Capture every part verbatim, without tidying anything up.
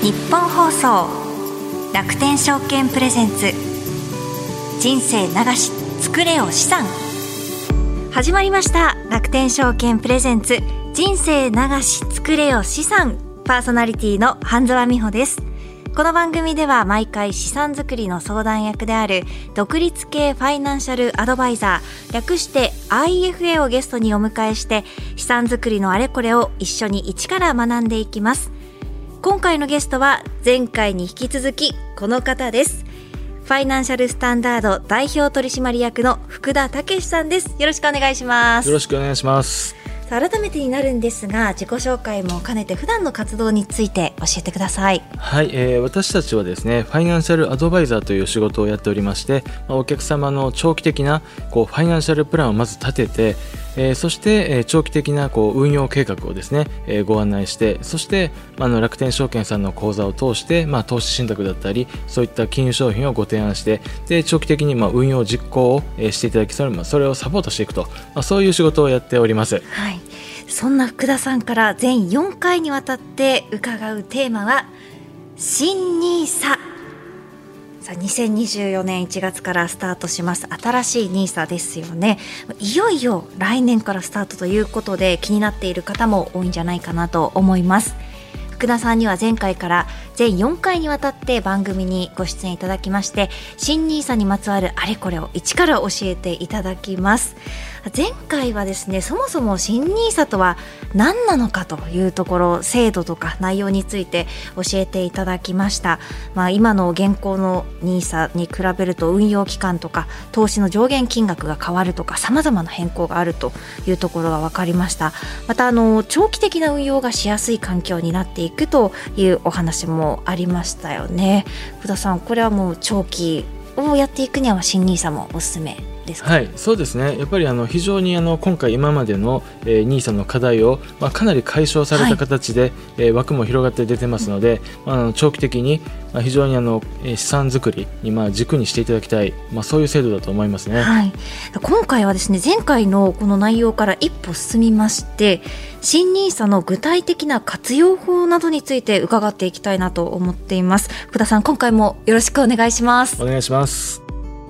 日本放送楽天証券プレゼンツ人生流し作れよ資産、始まりました。楽天証券プレゼンツ人生流し作れよ資産、パーソナリティの半沢美穂です。この番組では毎回資産作りの相談役である独立系ファイナンシャルアドバイザー、略して アイエフエー をゲストにお迎えして資産作りのあれこれを一緒に一から学んでいきます。今回のゲストは前回に引き続きこの方です。ファイナンシャルスタンダード代表取締役の福田武さんです。よろしくお願いします。 よろしくお願いします。 改めてになるんですが、自己紹介も兼ねて普段の活動について教えてください。 はい、えー、私たちはですねファイナンシャルアドバイザーという仕事をやっておりまして、まあ、お客様の長期的なこうファイナンシャルプランをまず立てて、えー、そして、えー、長期的なこう運用計画をですね、えー、ご案内して、そして、まあ、の楽天証券さんの講座を通して、まあ、投資信託だったりそういった金融商品をご提案して、で長期的にまあ運用実行を、えー、していただき、それもそれをサポートしていくと、まあ、そういう仕事をやっております。 はい、そんな福田さんから全よんかいにわたって伺うテーマは新ニーサ。さあにせんにじゅうよねんいちがつからスタートします新しいニーサですよね。いよいよ来年からスタートということで気になっている方も多いんじゃないかなと思います。福田さんには前回から全よんかいにわたって番組にご出演いただきまして、新ニーサにまつわるあれこれを一から教えていただきます。前回はですね、そもそも新ニーサとは何なのかというところ、制度とか内容について教えていただきました。まあ、今の現行のニーサに比べると運用期間とか投資の上限金額が変わるとか様々な変更があるというところが分かりました。またあの長期的な運用がしやすい環境になっていくというお話もありましたよね。福田さん、これはもう長期をやっていくには新ニーサもおすすめですか？ はい、そうですね。やっぱりあの非常にあの今回今までの、えー、ニーサの課題を、まあ、かなり解消された形で、はい、えー、枠も広がって出てますので、うん、あの長期的に、まあ、非常にあの、えー、資産作りにまあ軸にしていただきたい、まあ、そういう制度だと思いますね。 はい、今回はですね前回のこの内容から一歩進みまして、新ニーサの具体的な活用法などについて伺っていきたいなと思っています。福田さん、今回もよろしくお願いします。 お願いします。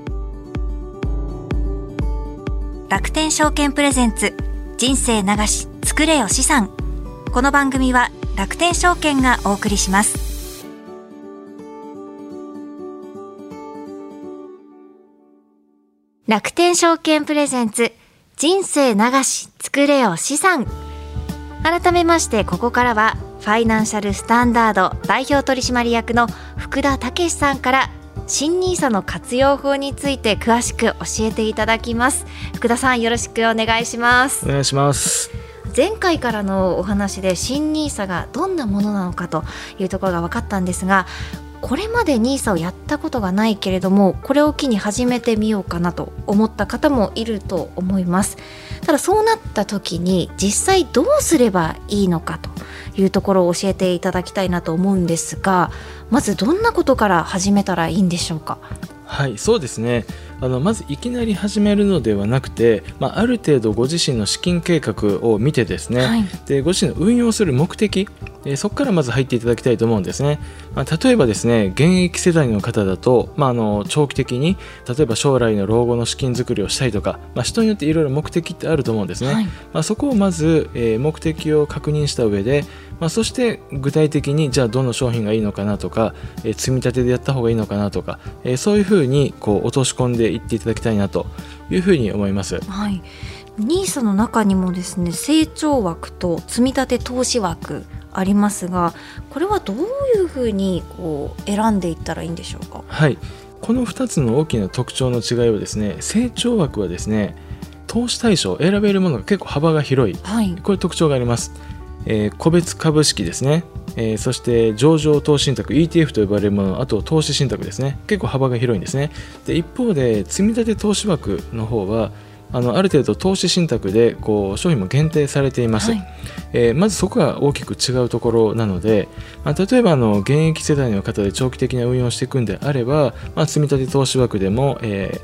楽天証券プレゼンツ人生流し作れよ資産。この番組は楽天証券がお送りします。楽天証券プレゼンツ人生流し作れよ資産。改めましてここからはファイナンシャルスタンダード代表取締役の福田武さんから新ニーサの活用法について詳しく教えていただきます。福田さん、よろしくお願いします。 お願いします。 前回からのお話で新ニーサがどんなものなのかというところが分かったんですが、これまでニーサをやったことがないけれどもこれを機に始めてみようかなと思った方もいると思います。ただそうなった時に実際どうすればいいのかというところを教えていただきたいなと思うんですが、まずどんなことから始めたらいいんでしょうか？ はい、そうですね。あのまずいきなり始めるのではなくて、まあ、ある程度ご自身の資金計画を見てですね、はい、でご自身の運用する目的、えー、そこからまず入っていただきたいと思うんですね。まあ、例えばですね現役世代の方だと、まあ、あの長期的に例えば将来の老後の資金作りをしたいとか、まあ、人によっていろいろ目的ってあると思うんですね。はい、まあ、そこをまず、えー、目的を確認した上で、まあ、そして具体的にじゃあどの商品がいいのかなとか、えー、積み立てでやった方がいいのかなとか、えー、そういうふうにこう落とし込んでいっていただきたいなというふうに思います。 はい、ニーサの中にもですね成長枠と積み立て投資枠ありますが、これはどういうふうにこう選んでいったらいいんでしょうか？ はい、このふたつの大きな特徴の違いはですね、成長枠はですね投資対象選べるものが結構幅が広い、はい、これ特徴があります。えー、個別株式ですね、えー、そして上場投資信託 イーティーエフ と呼ばれるもの、あと投資信託ですね、結構幅が広いんですね。で一方で積み立て投資枠の方はあのある程度投資信託でこう商品も限定されています。はい、えー、まずそこが大きく違うところなので、まあ、例えばあの現役世代の方で長期的な運用をしていくんであれば、まあ、積み立て投資枠でも、えー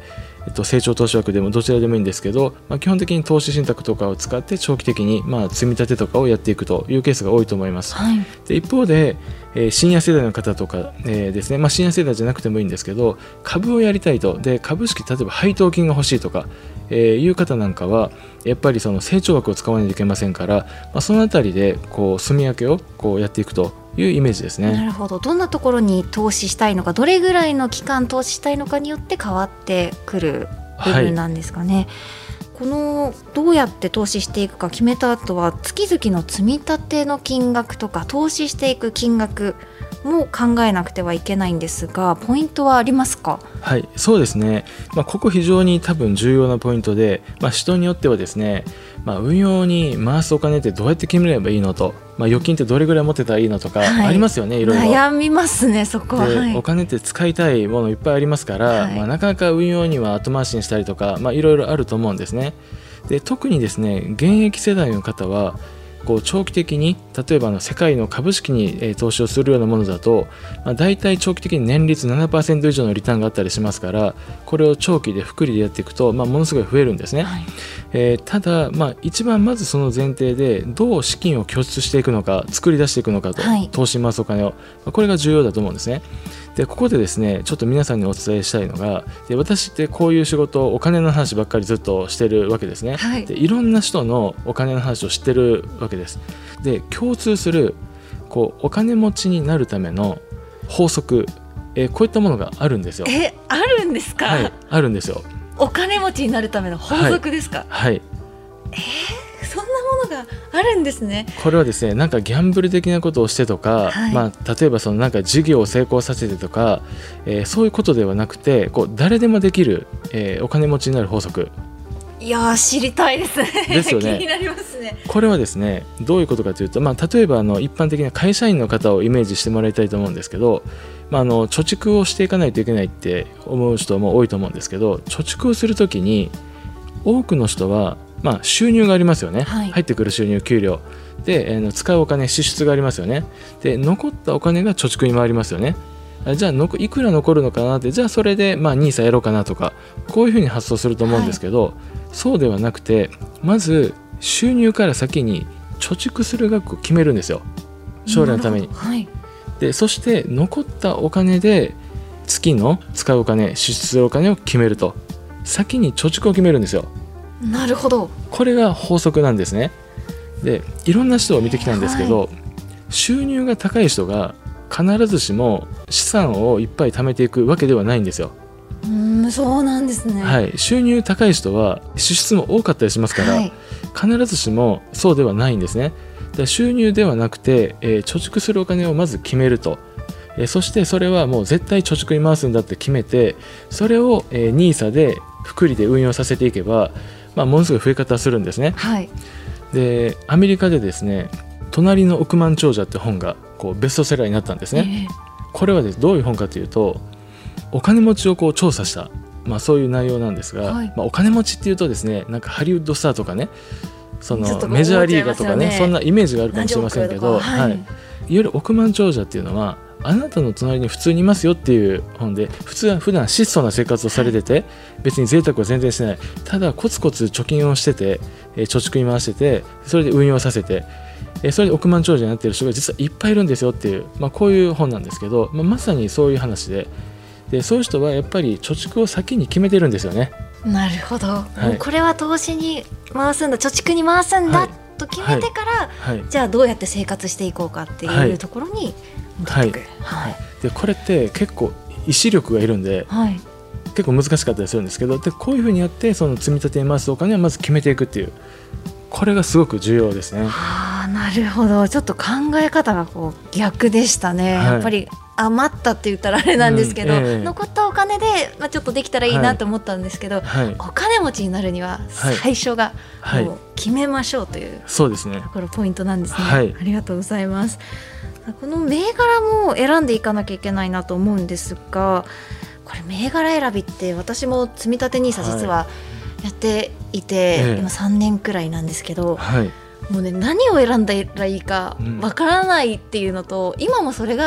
えっと、成長投資枠でもどちらでもいいんですけど、まあ、基本的に投資信託とかを使って長期的にまあ積み立てとかをやっていくというケースが多いと思います、 はい、 で一方で、えー、シニア世代の方とか、えーですねまあ、シニア世代じゃなくてもいいんですけど、株をやりたいと、で株式例えば配当金が欲しいとか、えー、いう方なんかはやっぱりその成長枠を使わないといけませんから、まあ、そのあたりでこう住み分けをこうやっていくというイメージですね。 なるほど。どんなところに投資したいのか、どれぐらいの期間投資したいのかによって変わってくる部分なんですかね、はい、このどうやって投資していくか決めた後は月々の積み立ての金額とか投資していく金額も考えなくてはいけないんですが、ポイントはありますか？ はい、そうですね、まあ、ここ非常に多分重要なポイントで、まあ、人によってはですね、まあ、運用に回すお金ってどうやって決めればいいのと、まあ、預金ってどれぐらい持ってたらいいのとかありますよね、はい、いろいろ悩みますねそこは、 で、 はい、 お金って使いたいものいっぱいありますから、はい、まあ、なかなか運用には後回しにしたりとか、まあ、いろいろあると思うんですね。で特にですね現役世代の方はこう長期的に例えばあの世界の株式に、えー、投資をするようなものだと、まあ、大体長期的に年率 ななパーセント 以上のリターンがあったりしますから、これを長期で複利でやっていくと、まあ、ものすごい増えるんですね、はい、えー、ただ、まあ、一番まずその前提でどう資金を拠出していくのか作り出していくのかと、はい、投資に回すお金を、まあ、これが重要だと思うんですね。でここでですねちょっと皆さんにお伝えしたいのが、で私ってこういう仕事お金の話ばっかりずっとしてるわけですね、はい、でいろんな人のお金の話を知ってるわけです。で共通するこうお金持ちになるための法則、えー、こういったものがあるんですよ。 えあるんですか？ はい、あるんですよ。 お金持ちになるための法則ですか？ はい、はい、 えー、そんなものがあるんですね。 これはですねなんかギャンブル的なことをしてとか、はい、まあ、例えばそのなんか事業を成功させてとか、えー、そういうことではなくてこう誰でもできる、えー、お金持ちになる法則。 いや知りたいですね。 ですよね。 気になりますね。 これはですねどういうことかというと、まあ、例えばあの一般的な会社員の方をイメージしてもらいたいと思うんですけど、まあ、あの貯蓄をしていかないといけないって思う人も多いと思うんですけど、貯蓄をするときに多くの人は、まあ、収入がありますよね、はい、入ってくる収入給料で、えー、使うお金支出がありますよね。で残ったお金が貯蓄に回りますよね。じゃあのいくら残るのかなって、じゃあそれでまあ ニーサ やろうかなとかこういうふうに発想すると思うんですけど、はい、そうではなくてまず収入から先に貯蓄する額を決めるんですよ、将来のために、はい、でそして残ったお金で月の使うお金支出するお金を決めると、先に貯蓄を決めるんですよ。 なるほど。 これが法則なんですね。でいろんな人を見てきたんですけど、はい、収入が高い人が必ずしも資産をいっぱい貯めていくわけではないんですよ。 うーんそうなんですね、 はい、収入高い人は支出も多かったりしますから、はい、必ずしもそうではないんですね。で収入ではなくて、えー、貯蓄するお金をまず決めると、えー、そしてそれはもう絶対貯蓄に回すんだって決めて、それを、えー、ニーサ で複利で運用させていけば、まあ、ものすごい増え方するんですね、はい、でアメリカでですね隣の億万長者って本がこうベストセラーになったんですね、えー、これはです、ね、どういう本かというとお金持ちをこう調査した、まあ、そういう内容なんですが、はい、まあ、お金持ちっていうとですねなんかハリウッドスターとかねそのメジャーリーガーとかね、そんなイメージがあるかもしれませんけど、はいはい、いわゆる億万長者っていうのはあなたの隣に普通にいますよっていう本で、普通は普段質素な生活をされてて、はい、別に贅沢は全然してない、ただコツコツ貯金をしてて、えー、貯蓄に回してて、それで運用させて、えー、それで億万長者になっている人が実はいっぱいいるんですよっていう、まあ、こういう本なんですけど、まあ、まさにそういう話で、でそういう人はやっぱり貯蓄を先に決めてるんですよね。 なるほど、はい、もうこれは投資に回すんだ、貯蓄に回すんだ、はい、と決めてから、はいはい、じゃあどうやって生活していこうかっていうところに戻ってくる、はいはい、 でこれって結構意志力がいるんで、はい、結構難しかったりするんですけど、でこういうふうにやってその積み立てに回すお金はまず決めていくっていう、これがすごく重要ですね。 はあ、なるほど。ちょっと考え方がこう逆でしたね、はい、やっぱり余ったって言ったらあれなんですけど、うんえー、残ったお金で、まあ、ちょっとできたらいいなと思ったんですけど、はい、お金持ちになるには最初がもう決めましょうというところポイントなんですね、はい、ありがとうございます。この銘柄も選んでいかなきゃいけないなと思うんですが、これ銘柄選びって私も積み立てニーサ実はやっていて、はい、今さんねんくらいなんですけど、はい、もうね何を選んだらいいかわからないっていうのと、うん、今もそれが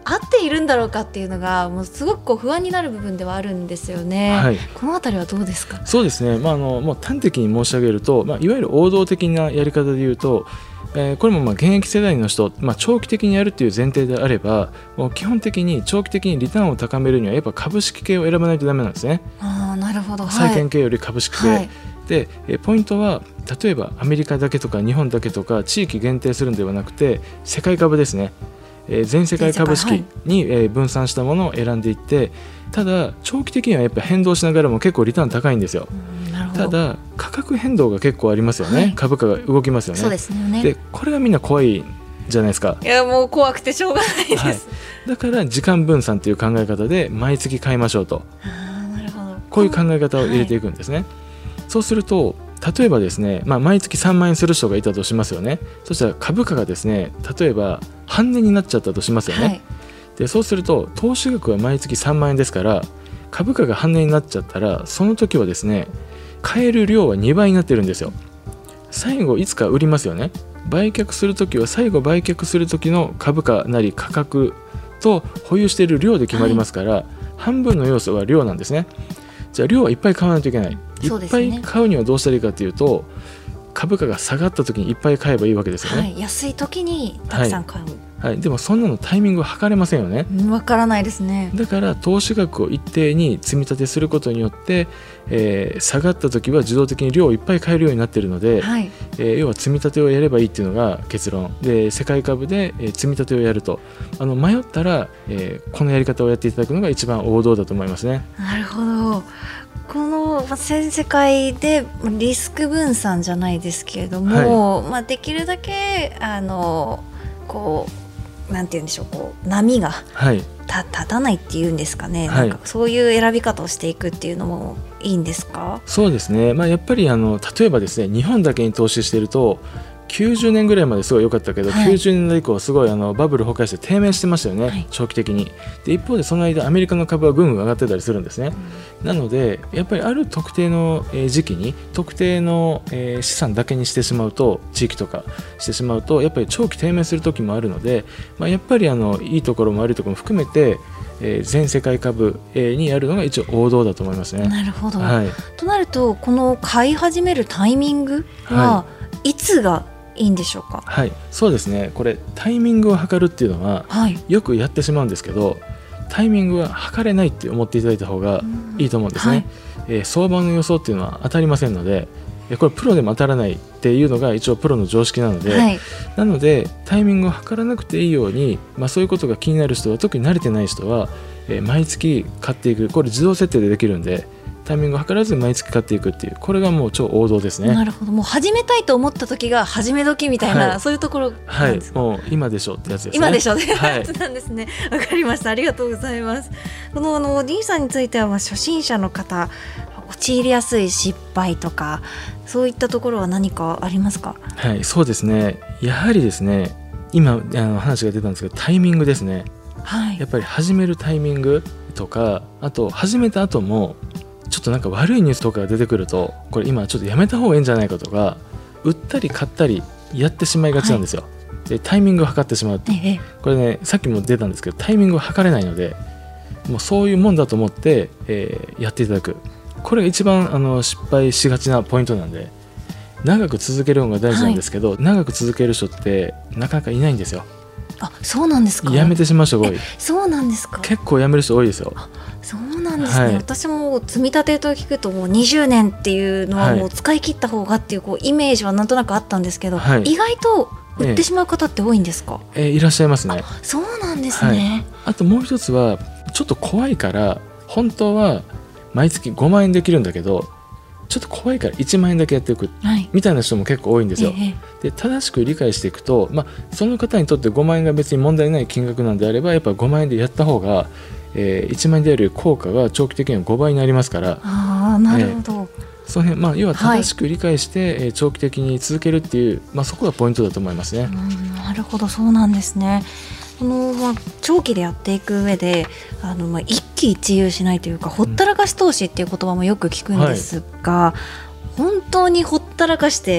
合っているんだろうかっていうのがもうすごくこう不安になる部分ではあるんですよね、はい、このあたりはどうですか？ そうですね、まあ、あのもう端的に申し上げると、まあ、いわゆる王道的なやり方でいうと、えー、これもまあ現役世代の人、まあ、長期的にやるっていう前提であればもう基本的に長期的にリターンを高めるにはやっぱ株式系を選ばないとダメなんですね。 あ、なるほど、はい、 債券系より株式系、はい、でえポイントは例えばアメリカだけとか日本だけとか地域限定するのではなくて世界株ですね、えー、全世界株式に、はい、えー、分散したものを選んでいって、ただ長期的にはやっぱ変動しながらも結構リターン高いんですよ。ただ価格変動が結構ありますよね、はい、株価が動きますよね。 そうですよね。 でこれがみんな怖いじゃないですか。 いやもう怖くてしょうがないです、はい、 だから時間分散という考え方で毎月買いましょうと、 あ、なるほど、 こういう考え方を入れていくんですね、はい、そうすると例えばですね、まあ、毎月さんまんえんする人がいたとしますよね。そしたら株価がですね例えば半値になっちゃったとしますよね、はい、でそうすると投資額は毎月さんまんえんですから株価が半値になっちゃったらその時はですね買える量はにばいになってるんですよ。最後いつか売りますよね。売却するときは最後売却するときの株価なり価格と保有している量で決まりますから、はい、半分の要素は量なんですね。じゃあ量はいっぱい買わないといけない、いっぱい買うにはどうしたらいいかというと株価が下がったときにいっぱい買えばいいわけですよね、 はい、安いときにたくさん買う、 はいはい、でもそんなのタイミングは測れませんよね。 わからないですね。 だから投資額を一定に積み立てすることによって、えー、下がった時は自動的に量をいっぱい買えるようになっているので、はい、えー、要は積み立てをやればいいっていうのが結論で、世界株で、えー、積み立てをやると、あの迷ったら、えー、このやり方をやっていただくのが一番王道だと思いますね。 なるほど。この全世界でリスク分散じゃないですけれども、はい、まあ、できるだけあのこうなんて言うんでしょう、こう波が、はい、た立たないっていうんですかね、はい、なんかそういう選び方をしていくっていうのもいいんですか？ そうですね、まあ、やっぱりあの例えばですね日本だけに投資しているときゅうじゅうねんぐらいまですごい良かったけど、はい、きゅうじゅうねんだい以降すごいあのバブル崩壊して低迷してましたよね、はい、長期的に。で一方でその間アメリカの株はぐんぐん上がってたりするんですね、うん、なのでやっぱりある特定の時期に特定の資産だけにしてしまうと、地域とかしてしまうとやっぱり長期低迷する時もあるので、まあ、やっぱりあのいいところも悪いところも含めてえー、全世界株にやるのが一応王道だと思いますね。 なるほど、はい、となるとこの買い始めるタイミングはいつがいいんでしょうか？ はい、そうですね、これタイミングを測るっていうのは、はい、よくやってしまうんですけどタイミングは測れないって思っていただいた方がいいと思うんですね、はい、えー、相場の予想っていうのは当たりませんので、これプロでも当たらないっていうのが一応プロの常識なので、はい、なのでタイミングを測らなくていいように、まあ、そういうことが気になる人は特に慣れてない人は、えー、毎月買っていく、これ自動設定でできるんでタイミングを測らず毎月買っていくっていう、これがもう超王道ですね。 なるほど、もう始めたいと思った時が始め時みたいな、はい、そういうところなんですか？ はい、もう今でしょってやつですね。 今でしょってやつなんですね。わ、はい、かりました、ありがとうございます。このあの ディー さんについては初心者の方陥りやすい失敗とかそういったところは何かありますか？ はい、そうですね、やはりですね今あの話が出たんですけどタイミングですね、はい、やっぱり始めるタイミングとか、あと始めた後もちょっとなんか悪いニュースとかが出てくるとこれ今ちょっとやめた方がいいんじゃないかとか売ったり買ったりやってしまいがちなんですよ、はい、でタイミングを測ってしまう、ええ、これねさっきも出たんですけどタイミングを測れないのでもうそういうもんだと思って、えー、やっていただく、これが一番あの失敗しがちなポイントなんで長く続けるのが大事なんですけど、はい、長く続ける人ってなかなかいないんですよ。 あ、そうなんですか？ やめてしまう人が多い。 そうなんですか？ 結構やめる人多いですよ。 あ、そうなんですね、はい、私も積み立てと聞くともうにじゅうねんっていうのはもう使い切った方がっていう、こうイメージはなんとなくあったんですけど、はい、意外と売ってしまう方って多いんですか？ えーえー、いらっしゃいますね。 あ、そうなんですね、 はい、あともう一つはちょっと怖いから本当は毎月ごまんえんできるんだけどちょっと怖いからいちまんえんだけやっていく、はい、みたいな人も結構多いんですよ、ええ、で正しく理解していくと、まあ、その方にとってごまんえんが別に問題ない金額なんであればやっぱごまんえんでやった方が、えー、いちまんえんでやる効果が長期的にはごばいになりますから。 あ、なるほど、えー、その辺、まあ、要は正しく理解して、はい、長期的に続けるっていう、まあ、そこがポイントだと思いますね。 うん、なるほど、そうなんですね。このまあ、長期でやっていく上であの、まあ、一喜一憂しないというかほったらかし投資っていう言葉もよく聞くんですが、はい、本当にほったらかして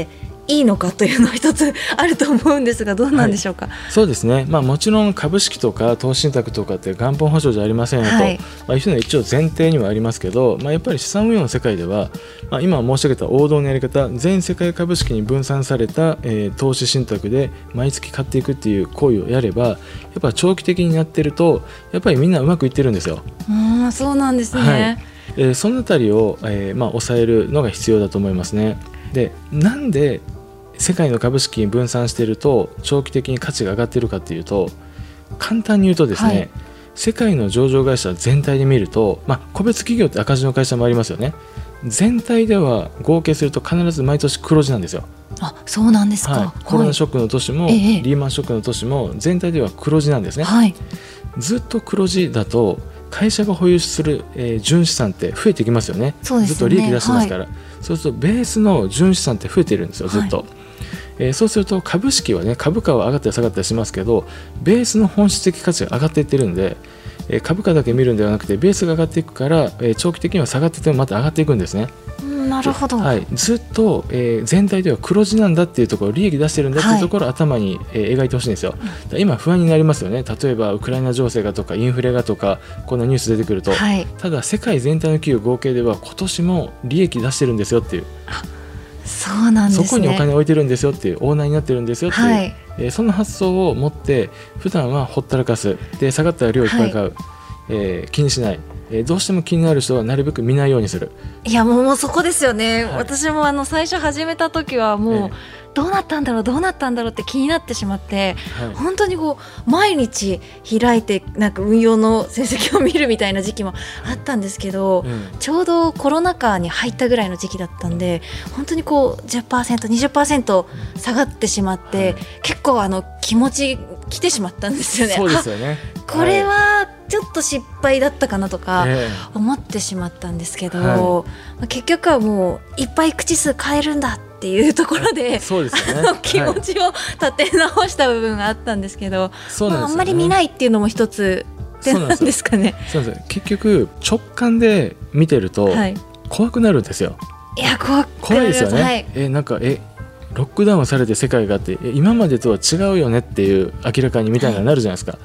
いいのかというのは一つあると思うんですが、どうなんでしょうか。はい、 そうですね、まあ、もちろん株式とか投資信託とかって元本保証じゃありませんよと、はい、まあ、いうのは一応前提にはありますけど、まあ、やっぱり資産運用の世界では、まあ、今申し上げた王道のやり方、全世界株式に分散された、えー、投資信託で毎月買っていくっていう行為をやれば、やっぱ長期的にやってるとやっぱりみんなうまくいってるんですよ。 あ、そうなんですね。はい、 えー、そのあたりを、えーまあ、抑えるのが必要だと思いますね。で、なんで世界の株式に分散していると長期的に価値が上がっているかというと、簡単に言うとですね、はい、世界の上場会社全体で見ると、まあ、個別企業って赤字の会社もありますよね。全体では合計すると必ず毎年黒字なんですよ。 あ、そうなんですか。はい、 コロナショックの年も、はい、リーマンショックの年も全体では黒字なんですね。はい、ずっと黒字だと会社が保有する、えー、純資産って増えてきますよね。そうですね、ずっと利益出してますから、はい、そうするとベースの純資産って増えてるんですよ、ずっと。はい、えー、そうすると株式はね、株価は上がったり下がったりしますけど、ベースの本質的価値が上がっていってるんで、えー、株価だけ見るんではなくてベースが上がっていくから、えー、長期的には下がっててもまた上がっていくんですね。 なるほど。 はい、ずっと、えー、全体では黒字なんだっていうところ、利益出してるんだっていうところを頭に、えー、描いてほしいんですよ。今不安になりますよね。例えばウクライナ情勢がとかインフレがとか、こんなニュース出てくると、はい、ただ世界全体の企業合計では今年も利益出してるんですよっていう、 そうなんですね、 そこにお金置いてるんですよっていう、オーナーになってるんですよっていう、はい、えー、その発想を持って普段はほったらかすで、下がったら量いっぱい買う、はい、えー、気にしない、えー、どうしても気になる人はなるべく見ないようにする。 いや、もう、もうそこですよね。はい、私もあの最初始めた時はもう、えーどうなったんだろうどうなったんだろうって気になってしまって、はい、本当にこう毎日開いてなんか運用の成績を見るみたいな時期もあったんですけど、うん、ちょうどコロナ禍に入ったぐらいの時期だったんで、本当にこう じゅっパーセント、にじゅっパーセント 下がってしまって、はい、結構あの気持ち来てしまったんですよね。 そうですよね。これはちょっと失敗だったかなとか思ってしまったんですけど、はい、結局はもういっぱい口数変えるんだっていうところで、そうですよね、あの気持ちを立て直した部分があったんですけど、はい、まあ、あんまり見ないっていうのも一つなんですかね。 そうなんですよ。結局直感で見てると怖くなるんですよ。 いや、怖く怖いですよね。はい、えなんかえロックダウンされて世界があって今までとは違うよねっていう、明らかにみたいななるじゃないですか。はい、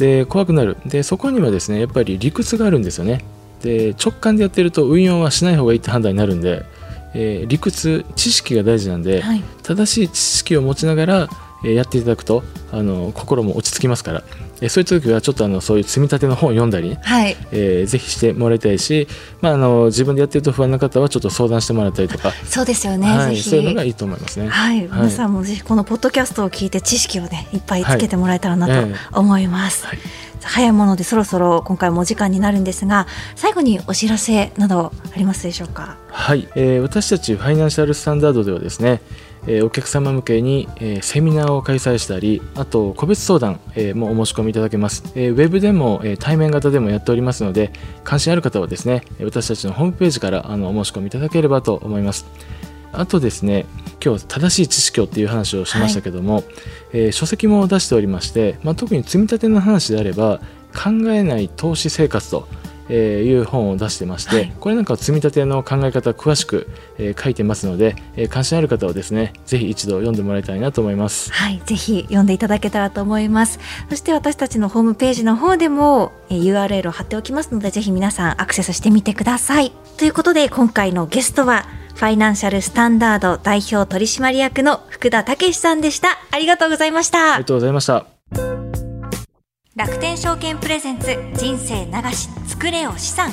で怖くなる。でそこにはですね、やっぱり理屈があるんですよね。で直感でやってると運用はしない方がいいって判断になるんで、えー、理屈知識が大事なんで、はい、正しい知識を持ちながら、えー、やっていただくとあの心も落ち着きますから、えー、そういった時はちょっとあのそういう積み立ての本を読んだり、はい、えー、ぜひしてもらいたいし、まあ、あの自分でやってると不安な方はちょっと相談してもらったりとか。 そうですよね、 はい、 ぜひそういうのがいいと思いますね。 はい、はい、皆さんもぜひこのポッドキャストを聞いて知識をねいっぱいつけてもらえたらなと思います。はい、えーはい、早いものでそろそろ今回もお時間になるんですが、最後にお知らせなどありますでしょうか。 はい、えー、私たちファイナンシャルスタンダードではですね、えー、お客様向けに、えー、セミナーを開催したり、あと個別相談、えー、もお申し込みいただけます。えー、ウェブでも、えー、対面型でもやっておりますので、関心ある方はですね、私たちのホームページからあのお申し込みいただければと思います。あとですね、今日正しい知識をっていう話をしましたけども、はい、えー、書籍も出しておりまして、まあ、特に積み立ての話であれば考えない投資生活という本を出してまして、はい、これなんか積み立ての考え方詳しく書いてますので、関心ある方はですね、ぜひ一度読んでもらいたいなと思います。 はい、ぜひ読んでいただけたらと思います。そして私たちのホームページの方でも ユーアールエル を貼っておきますので、ぜひ皆さんアクセスしてみてください。ということで今回のゲストはファイナンシャルスタンダード代表取締役の福田武さんでした。ありがとうございました。 ありがとうございました。 楽天証券プレゼンツ人生流し作れよ資産。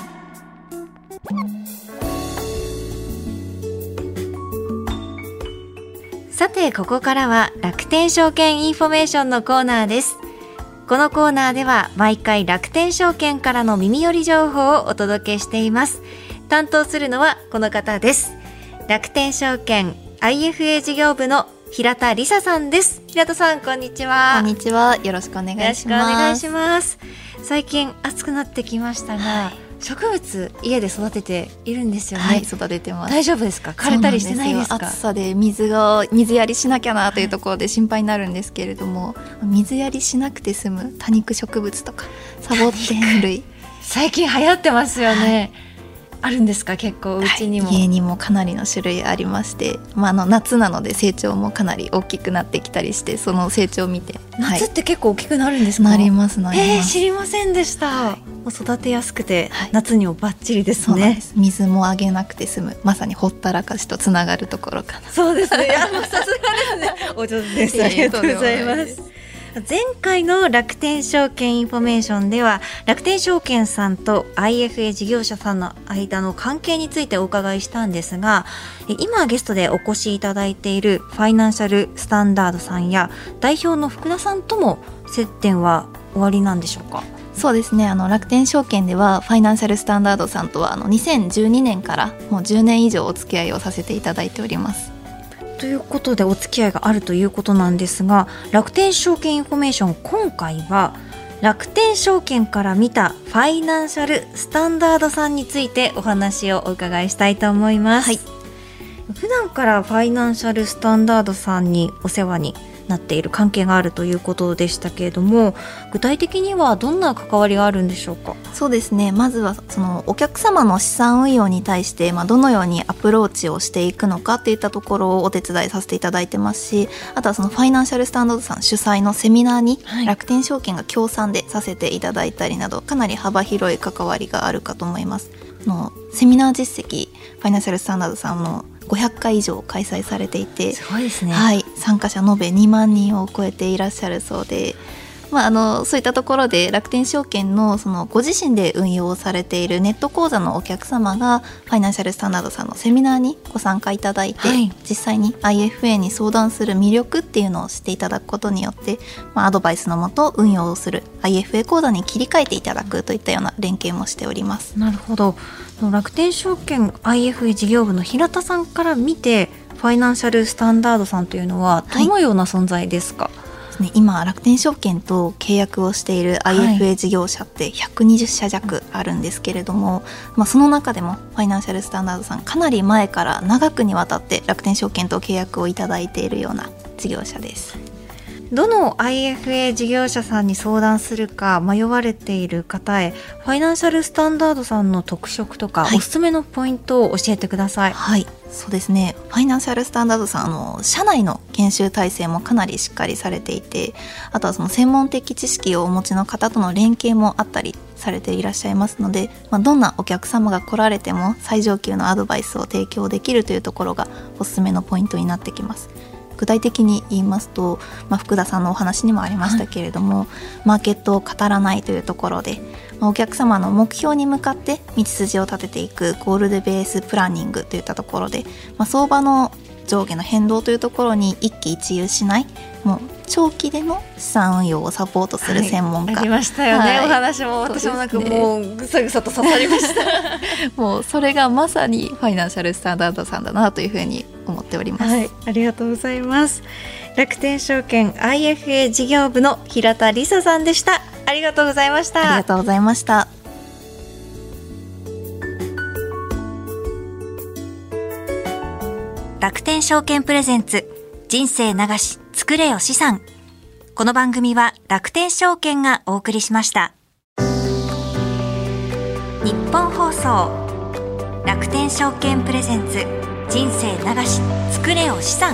さて、ここからは楽天証券インフォメーションのコーナーです。このコーナーでは毎回楽天証券からの耳寄り情報をお届けしています。担当するのはこの方です。楽天証券 アイエフエー 事業部の平田理沙さんです。平田さん、こんにちは。 こんにちは。よろしくお願いします。よろしくお願いします。 最近暑くなってきましたが、はい、植物家で育てているんですよね。 はい、育ててます。 大丈夫ですか？枯れたりしてないですか？ 暑さで水が水やりしなきゃなというところで心配になるんですけれども、はい、水やりしなくて済む多肉植物とかサボテン類、 最近流行ってますよね。 あるんですか？結構うちにも、 はい、家にもかなりの種類ありまして、まあ、あの夏なので成長もかなり大きくなってきたりして、その成長を見て、 夏って結構大きくなるんですか？ なりますなります。 えー、知りませんでした、はい、もう育てやすくて、はい、夏にもバッチリですね。 そうなんです。水もあげなくて済む、まさにほったらかしとつながるところかな。 そうですね、さすがですねお上手です。ありがとうございます。前回の楽天証券インフォメーションでは、楽天証券さんと アイエフエー 事業者さんの間の関係についてお伺いしたんですが、今ゲストでお越しいただいているファイナンシャルスタンダードさんや代表の福田さんとも接点は終わりなんでしょうか？ そうですね、あの楽天証券ではファイナンシャルスタンダードさんとはあのにせんじゅうにねんからもうじゅうねん以上お付き合いをさせていただいております。 ということでお付き合いがあるということなんですが、楽天証券インフォメーション、今回は楽天証券から見たファイナンシャルスタンダードさんについてお話をお伺いしたいと思います、はい、普段からファイナンシャルスタンダードさんにお世話になっている関係があるということでしたけれども、具体的にはどんな関わりがあるんでしょうか？ そうですね、まずはそのお客様の資産運用に対して、まあ、どのようにアプローチをしていくのかっていったところをお手伝いさせていただいてますし、あとはそのファイナンシャルスタンダードさん主催のセミナーに楽天証券が協賛でさせていただいたりなど、かなり幅広い関わりがあるかと思います。のセミナー実績、ファイナンシャルスタンダードさんのごひゃっかい以上開催されていて、 すごいですね、 はい、参加者延べにまんにんを超えていらっしゃるそうで、まあ、あのそういったところで楽天証券 の, そのご自身で運用されているネット講座のお客様がファイナンシャルスタンダードさんのセミナーにご参加いただいて、はい、実際に アイエフエー に相談する魅力っていうのを知っていただくことによって、まあ、アドバイスのもと運用をする アイエフエー 講座に切り替えていただくといったような連携もしております。 なるほど。楽天証券 アイエフエー 事業部の平田さんから見て、ファイナンシャルスタンダードさんというのはどのような存在ですか？ はい、今楽天証券と契約をしている アイエフエー 事業者ってひゃくにじゅっしゃ弱あるんですけれども、まあ、その中でもファイナンシャルスタンダードさんかなり前から長くにわたって楽天証券と契約をいただいているような事業者です。 どの アイエフエー 事業者さんに相談するか迷われている方へ、ファイナンシャルスタンダードさんの特色とか、はい、おすすめのポイントを教えてください。 はい、そうですね、ファイナンシャルスタンダードさん、あの社内の研修体制もかなりしっかりされていて、あとはその専門的知識をお持ちの方との連携もあったりされていらっしゃいますので、まあ、どんなお客様が来られても最上級のアドバイスを提供できるというところがおすすめのポイントになってきます。具体的に言いますと、まあ、福田さんのお話にもありましたけれども、はい、マーケットを語らないというところで、まあ、お客様の目標に向かって道筋を立てていくゴールドベースプランニングといったところで、まあ、相場の上下の変動というところに一喜一憂しない、もう長期での資産運用をサポートする専門家、 はい、ありましたよね、はい、お話も私もなんかもうぐさぐさと刺さりましたもうそれがまさにファイナンシャルスタンダードさんだなというふうに思っております、 はい、ありがとうございます。楽天証券 アイエフエー 事業部の平田理沙さんでした。ありがとうございました。 ありがとうございました。 楽天証券プレゼンツ人生流し作れよ資産。この番組は楽天証券がお送りしました。日本放送楽天証券プレゼンツ人生流し作れよ資産。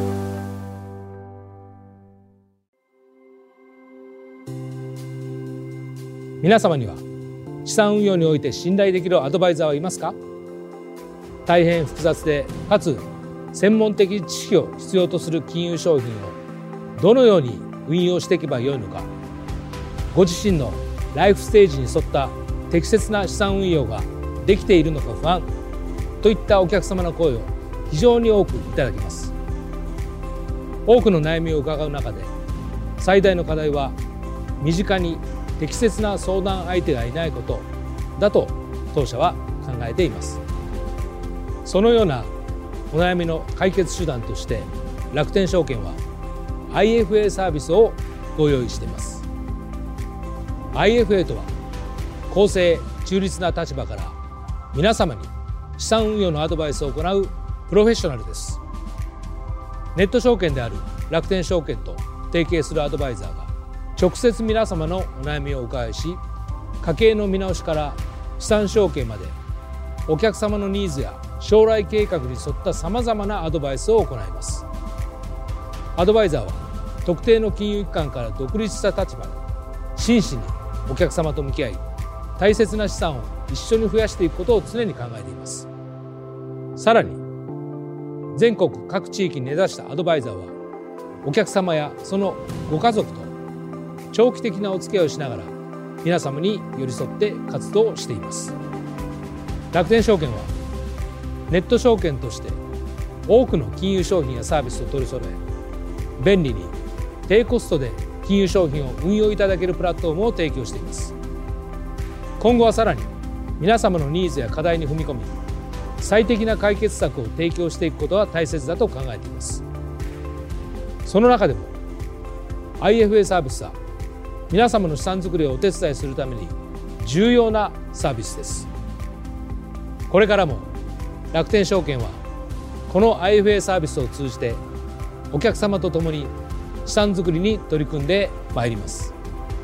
皆様には資産運用において信頼できるアドバイザーはいますか？大変複雑でかつ専門的知識を必要とする金融商品をどのように運用していけばよいのか、ご自身のライフステージに沿った適切な資産運用ができているのか不安といったお客様の声を非常に多くいただきます。多くの悩みを伺う中で最大の課題は身近に適切な相談相手がいないことだと当社は考えています。そのようなお悩みの解決手段として楽天証券は アイエフエー サービスをご用意しています。 アイエフエー とは公正中立な立場から皆様に資産運用のアドバイスを行うプロフェッショナルです。ネット証券である楽天証券と提携するアドバイザーが直接皆様のお悩みをお伺いし、家計の見直しから資産承継までお客様のニーズや将来計画に沿ったさまざまなアドバイスを行います。アドバイザーは特定の金融機関から独立した立場で真摯にお客様と向き合い、大切な資産を一緒に増やしていくことを常に考えています。さらに全国各地域に根ざしたアドバイザーはお客様やそのご家族と長期的なお付き合いをしながら皆様に寄り添って活動しています。楽天証券はネット証券として多くの金融商品やサービスを取り揃え、便利に低コストで金融商品を運用いただけるプラットフォームを提供しています。今後はさらに皆様のニーズや課題に踏み込み、最適な解決策を提供していくことは大切だと考えています。その中でも アイエフエー サービスは皆様の資産作りをお手伝いするために重要なサービスです。これからも楽天証券はこの アイエフエー サービスを通じてお客様と共に資産作りに取り組んでまいります。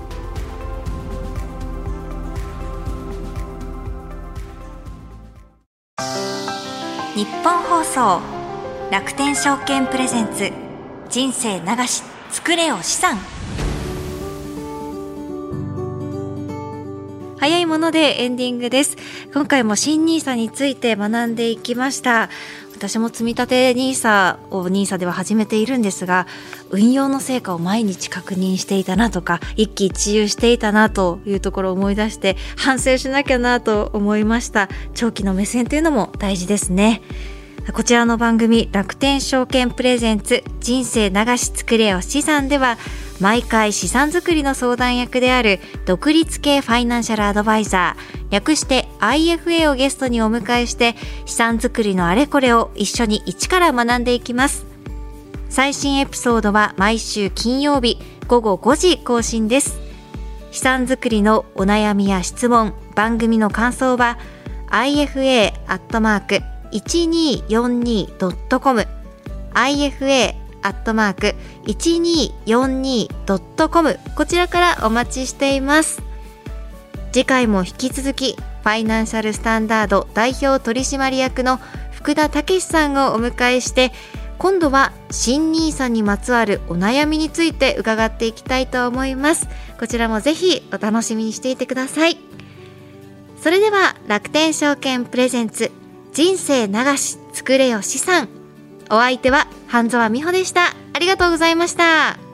日本放送楽天証券プレゼンツ人生流し作れよ資産。早いものでエンディングです。今回も新ニーサについて学んでいきました。私も積み立てニーサをニーサでは始めているんですが、運用の成果を毎日確認していたなとか、一喜一憂していたなというところを思い出して反省しなきゃなと思いました。長期の目線というのも大事ですね。こちらの番組楽天証券プレゼンツ人生流し作れよ資産では、毎回資産作りの相談役である独立系ファイナンシャルアドバイザー、略して アイエフエー をゲストにお迎えして資産作りのあれこれを一緒に一から学んでいきます。最新エピソードは毎週金曜日ごごごじ更新です。資産作りのお悩みや質問、番組の感想は アイエフエー アットマーク いちにーよんにードットコム アイエフエー アットマーク いちにーよんにードットコム こちらからお待ちしています。次回も引き続きファイナンシャルスタンダード代表取締役の福田武さんをお迎えして、今度は新ニーサにまつわるお悩みについて伺っていきたいと思います。こちらもぜひお楽しみにしていてください。それでは楽天証券プレゼンツ人生流し作れよ資産、お相手は半沢美穂でした。ありがとうございました。